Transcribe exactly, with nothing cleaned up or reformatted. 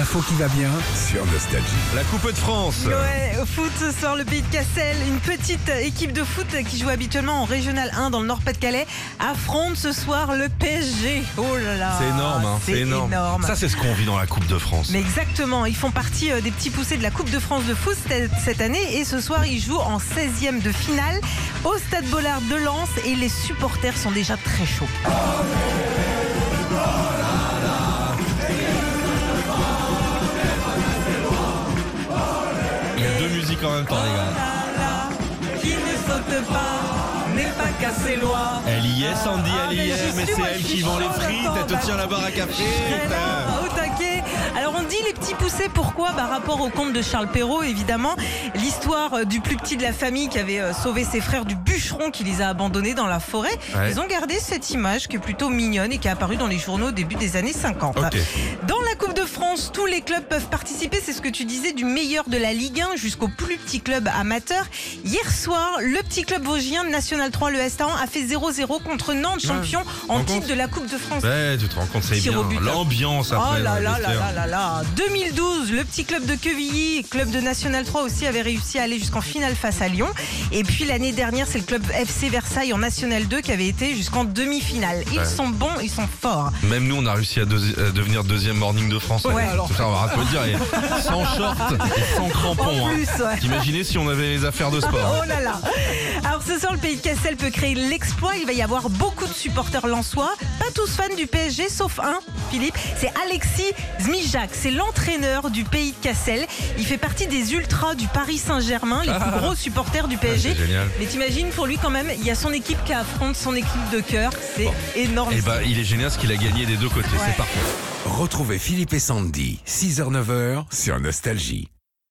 L'info qui va bien sur Nostalgie. La Coupe de France. Ouais, au foot ce soir, le Pays de Cassel, une petite équipe de foot qui joue habituellement en Régional un dans le Nord-Pas-de-Calais, affronte ce soir le P S G. Oh là là, C'est énorme, hein, c'est énorme. énorme. Ça, c'est ce qu'on vit dans la Coupe de France. Mais exactement, ils font partie euh, des petits poussés de la Coupe de France de foot cette, cette année et ce soir ils jouent en seizième de finale au Stade Bollaert de Lens et les supporters sont déjà très chauds. Il y a deux musiques en même temps, les gars. Oh là là, qui ne saute pas n'est pas cassé loi. Elle y est, Sandy, Ah, elle y mais est, j'y mais suis, c'est moi, elle je qui suis vend les chaud, frites, attends, elle te bah, tient la barre à café. Très bien, au taquet. Alors on dit les petits poussés, pourquoi bah, rapport au conte de Charles Perrault, évidemment. L'histoire du plus petit de la famille qui avait euh, sauvé ses frères du bûcheron qui les a abandonnés dans la forêt. Ouais. Ils ont gardé cette image qui est plutôt mignonne et qui est apparue dans les journaux au début des années cinquante. Ok. Dans la Coupe de France, tous les clubs peuvent participer, c'est ce que tu disais, du meilleur de la Ligue un jusqu'au plus petit club amateur. Hier soir, le petit club vosgien de National trois, le S T A un, a fait zéro zéro contre Nantes, champion en Rends titre compte de la Coupe de France. Ouais, tu te rends compte, c'est Tir bien. au but. L'ambiance Oh après. là dans là le là vestiaire. là là là. deux mille douze, le petit club de Quevilly, club de National trois aussi, avait réussi à aller jusqu'en finale face à Lyon. Et puis l'année dernière, c'est le club F C Versailles en National deux qui avait été jusqu'en demi-finale. Ils Ouais. sont bons, ils sont forts. Même nous, on a réussi à, deuxi- à devenir deuxième morning de France. Ouais. Tout ça, on va pas le dire. Et sans short et sans crampons. En hein. plus, ouais. T'imaginez si on avait les affaires de sport. Oh là là. Alors ce soir, le Pays de Cassel peut créer l'exploit. Il va y avoir beaucoup de supporters lensois, pas tous fans du P S G, sauf un, Philippe. C'est Alexis Zmijak. C'est l'entraîneur du Pays de Cassel. Il fait partie des ultras du Paris Saint-Germain, les plus gros supporters du P S G. C'est génial. Mais t'imagines, pour lui quand même, il y a son équipe qui affronte son équipe de cœur. C'est énorme. Et bah, il est génial parce qu'il a gagné des deux côtés. Ouais. C'est parfait. Retrouvez Philippe et Sandy, six heures neuf heures sur Nostalgie.